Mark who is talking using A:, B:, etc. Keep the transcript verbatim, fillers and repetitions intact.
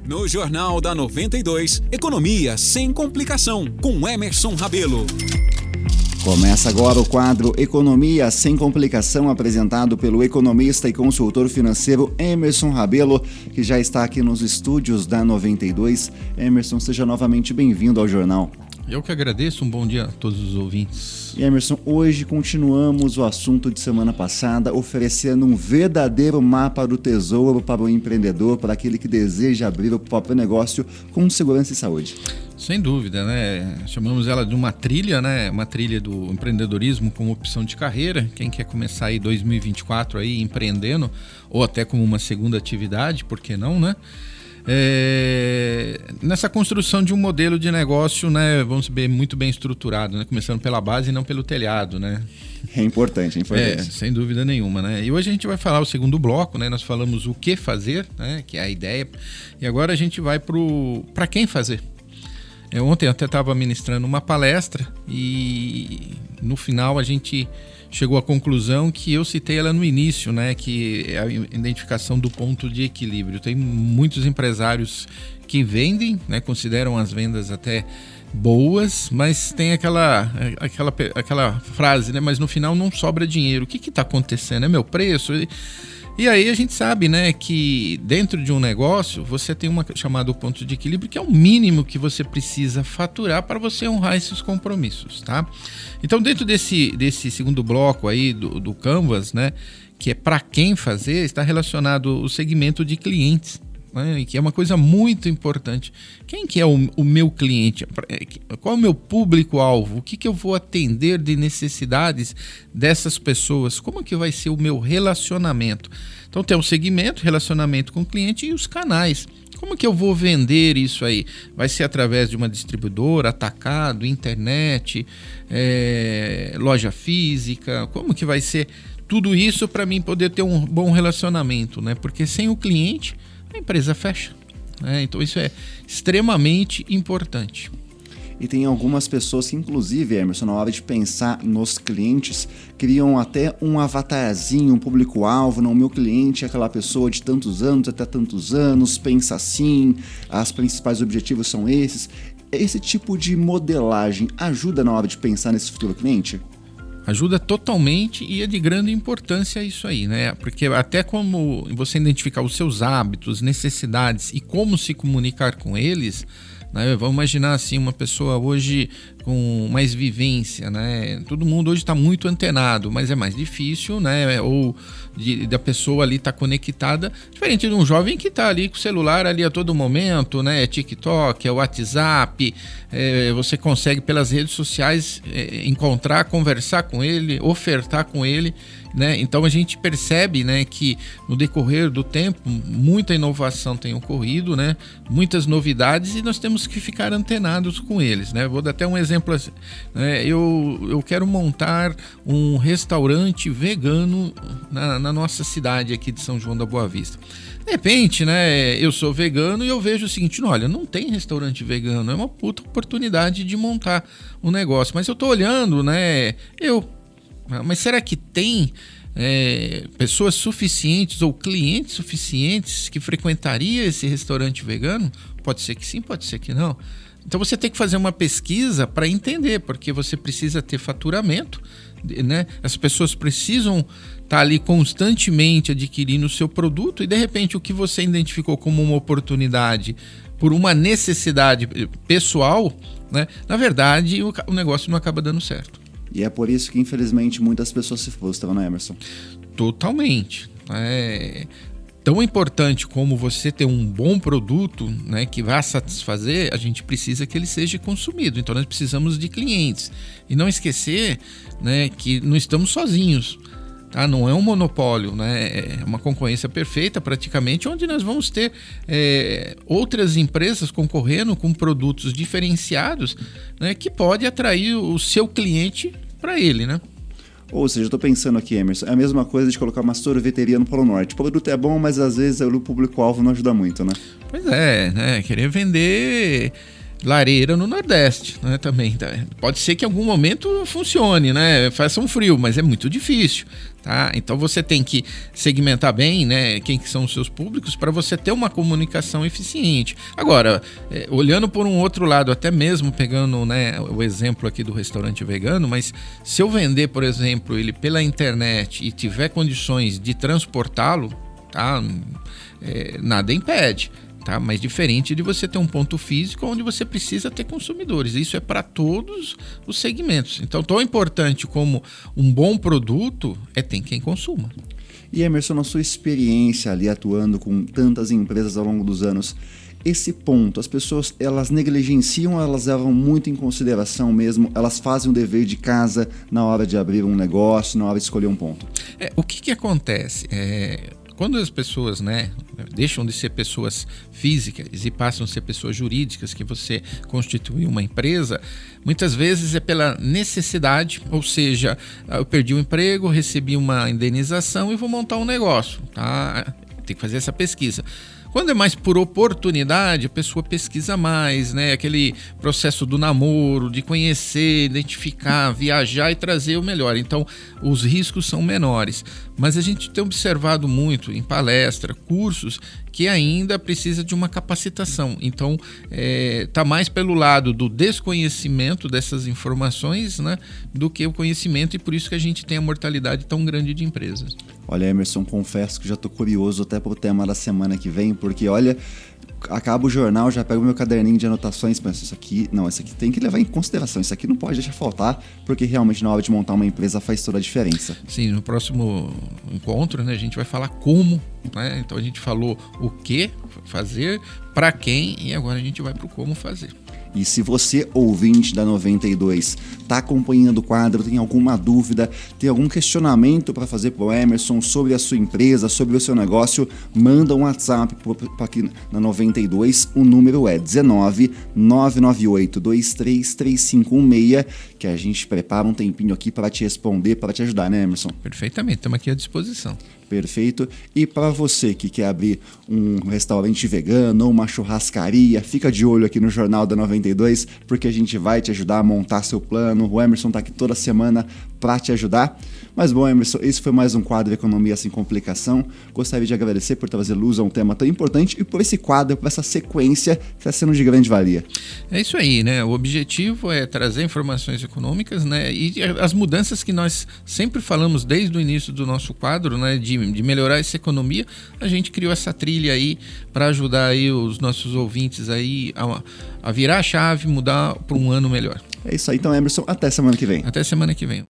A: No Jornal da noventa e dois, Economia sem complicação, com Emerson Rabelo.
B: Começa agora o quadro Economia sem complicação, apresentado pelo economista e consultor financeiro Emerson Rabelo, que já está aqui nos estúdios da noventa e dois. Emerson, seja novamente bem-vindo ao jornal.
C: Eu que agradeço, um bom dia a todos os ouvintes.
B: E Emerson, hoje continuamos o assunto de semana passada, oferecendo um verdadeiro mapa do tesouro para o empreendedor, para aquele que deseja abrir o próprio negócio com segurança e saúde.
C: Sem dúvida, né? Chamamos ela de uma trilha, né? Uma trilha do empreendedorismo como opção de carreira. Quem quer começar aí dois mil e vinte e quatro aí empreendendo, ou até como uma segunda atividade, por que não, né? É, nessa construção de um modelo de negócio, né, vamos ver, muito bem estruturado, né, começando pela base e não pelo telhado, né?
B: É importante, é importante.
C: É, sem dúvida nenhuma, né? E hoje a gente vai falar o segundo bloco, né? Nós falamos o que fazer, né? Que é a ideia. E agora a gente vai para quem fazer. É, ontem eu até estava ministrando uma palestra e no final a gente chegou à conclusão que eu citei ela no início, né? Que é a identificação do ponto de equilíbrio. Tem muitos empresários que vendem, né? Consideram as vendas até boas, mas tem aquela, aquela, aquela frase, né? Mas no final não sobra dinheiro. O que está acontecendo? É meu preço? E, E aí a gente sabe, né, que dentro de um negócio você tem uma chamada ponto de equilíbrio, que é o mínimo que você precisa faturar para você honrar esses compromissos, tá? Então dentro desse, desse segundo bloco aí do, do Canvas, né, que é para quem fazer, está relacionado o segmento de clientes, né, que é uma coisa muito importante. Quem que é o, o meu cliente? Qual é o meu público-alvo? O que, que eu vou atender de necessidades dessas pessoas? Como que vai ser o meu relacionamento? Então tem o segmento, relacionamento com o cliente e os canais. Como que eu vou vender isso aí? Vai ser através de uma distribuidora, atacado, internet, é, loja física? Como que vai ser tudo isso para mim poder ter um bom relacionamento, né? Porque sem o cliente a empresa fecha, né? Então isso é extremamente importante.
B: E tem algumas pessoas que, inclusive, Emerson, na hora de pensar nos clientes, criam até um avatarzinho, um público-alvo. Não, o meu cliente é aquela pessoa de tantos anos até tantos anos, pensa assim, os principais objetivos são esses. Esse tipo de modelagem ajuda na hora de pensar nesse futuro cliente?
C: Ajuda totalmente e é de grande importância isso aí, né? Porque até como você identificar os seus hábitos, necessidades e como se comunicar com eles, né? Vamos imaginar assim, uma pessoa hoje com mais vivência, né? Todo mundo hoje está muito antenado, mas é mais difícil, né? Ou de, da pessoa ali estar tá conectada, diferente de um jovem que está ali com o celular ali a todo momento, né? É TikTok, é WhatsApp, é, você consegue pelas redes sociais é, encontrar, conversar com ele, ofertar com ele, né? Então a gente percebe, né, que no decorrer do tempo muita inovação tem ocorrido, né? Muitas novidades e nós temos que ficar antenados com eles, né? Vou dar até um exemplo. Né? Eu, eu quero montar um restaurante vegano na, na nossa cidade aqui de São João da Boa Vista. De repente, né, eu sou vegano e eu vejo o seguinte, olha, não tem restaurante vegano, é uma puta oportunidade de montar um negócio, mas eu tô olhando, né, eu, mas será que tem é, pessoas suficientes ou clientes suficientes que frequentariam esse restaurante vegano? Pode ser que sim, pode ser que não. Então você tem que fazer uma pesquisa para entender, porque você precisa ter faturamento, né? As pessoas precisam estar ali constantemente adquirindo o seu produto e de repente o que você identificou como uma oportunidade por uma necessidade pessoal, né? Na verdade o, o negócio não acaba dando certo.
B: E é por isso que infelizmente muitas pessoas se frustram, né, Emerson?
C: Totalmente. É... Tão importante como você ter um bom produto, né, que vá satisfazer, a gente precisa que ele seja consumido. Então nós precisamos de clientes. E não esquecer, né, que não estamos sozinhos. Tá? Não é um monopólio, né? É uma concorrência perfeita praticamente, onde nós vamos ter é, outras empresas concorrendo com produtos diferenciados, né, que pode atrair o seu cliente para ele, né?
B: Ou seja, eu estou pensando aqui, Emerson, é a mesma coisa de colocar uma sorveteria no Polo Norte. O produto é bom, mas às vezes o público-alvo não ajuda muito, né?
C: Pois é, né? Querer vender lareira no Nordeste, né, também. Tá? Pode ser que em algum momento funcione, né? Faça um frio, mas é muito difícil, tá? Então você tem que segmentar bem, né, quem que são os seus públicos para você ter uma comunicação eficiente. Agora, é, olhando por um outro lado, até mesmo pegando, né, o exemplo aqui do restaurante vegano, mas se eu vender, por exemplo, ele pela internet e tiver condições de transportá-lo, tá? É, nada impede. Tá? Mas diferente de você ter um ponto físico onde você precisa ter consumidores. Isso é para todos os segmentos. Então, tão importante como um bom produto é ter quem consuma.
B: E Emerson, na sua experiência ali atuando com tantas empresas ao longo dos anos, esse ponto, as pessoas elas negligenciam, elas levam muito em consideração mesmo, elas fazem o dever de casa na hora de abrir um negócio, na hora de escolher um ponto?
C: É, o que, que acontece? É... Quando as pessoas, né, deixam de ser pessoas físicas e passam a ser pessoas jurídicas, que você constitui uma empresa, muitas vezes é pela necessidade, ou seja, eu perdi o emprego, recebi uma indenização e vou montar um negócio, tá? Tem que fazer essa pesquisa. Quando é mais por oportunidade, a pessoa pesquisa mais, né? Aquele processo do namoro, de conhecer, identificar, viajar e trazer o melhor. Então, os riscos são menores. Mas a gente tem observado muito em palestra, cursos, que ainda precisa de uma capacitação. Então, está é, mais pelo lado do desconhecimento dessas informações, né, do que o conhecimento, e por isso que a gente tem a mortalidade tão grande de empresas.
B: Olha, Emerson, confesso que já estou curioso até para o tema da semana que vem, porque, olha, acaba o jornal, já pego meu caderninho de anotações, penso, isso aqui, não, isso aqui tem que levar em consideração, isso aqui não pode deixar faltar, porque realmente na hora de montar uma empresa faz toda a diferença.
C: Sim, no próximo encontro, né, a gente vai falar como, né? Então a gente falou o que fazer, para quem, e agora a gente vai para o como fazer.
B: E se você, ouvinte da noventa e dois, está acompanhando o quadro, tem alguma dúvida, tem algum questionamento para fazer para o Emerson sobre a sua empresa, sobre o seu negócio, manda um WhatsApp para aqui na noventa e dois, o número é dezenove, nove nove oito, dois três três cinco um seis, que a gente prepara um tempinho aqui para te responder, para te ajudar, né, Emerson?
C: Perfeitamente, estamos aqui à disposição.
B: Perfeito. E para você que quer abrir um restaurante vegano ou uma churrascaria, fica de olho aqui no Jornal da noventa e dois, porque a gente vai te ajudar a montar seu plano. O Emerson está aqui toda semana para te ajudar. Mas bom, Emerson, esse foi mais um quadro Economia Sem Complicação. Gostaria de agradecer por trazer luz a um tema tão importante e por esse quadro, por essa sequência que está sendo de grande valia.
C: É isso aí, né? O objetivo é trazer informações econômicas, né? E as mudanças que nós sempre falamos desde o início do nosso quadro, né? De, de melhorar essa economia, a gente criou essa trilha aí para ajudar aí os nossos ouvintes aí a, a virar a chave, mudar para um ano melhor.
B: É isso aí, então, Emerson, até semana que vem.
C: Até semana que vem.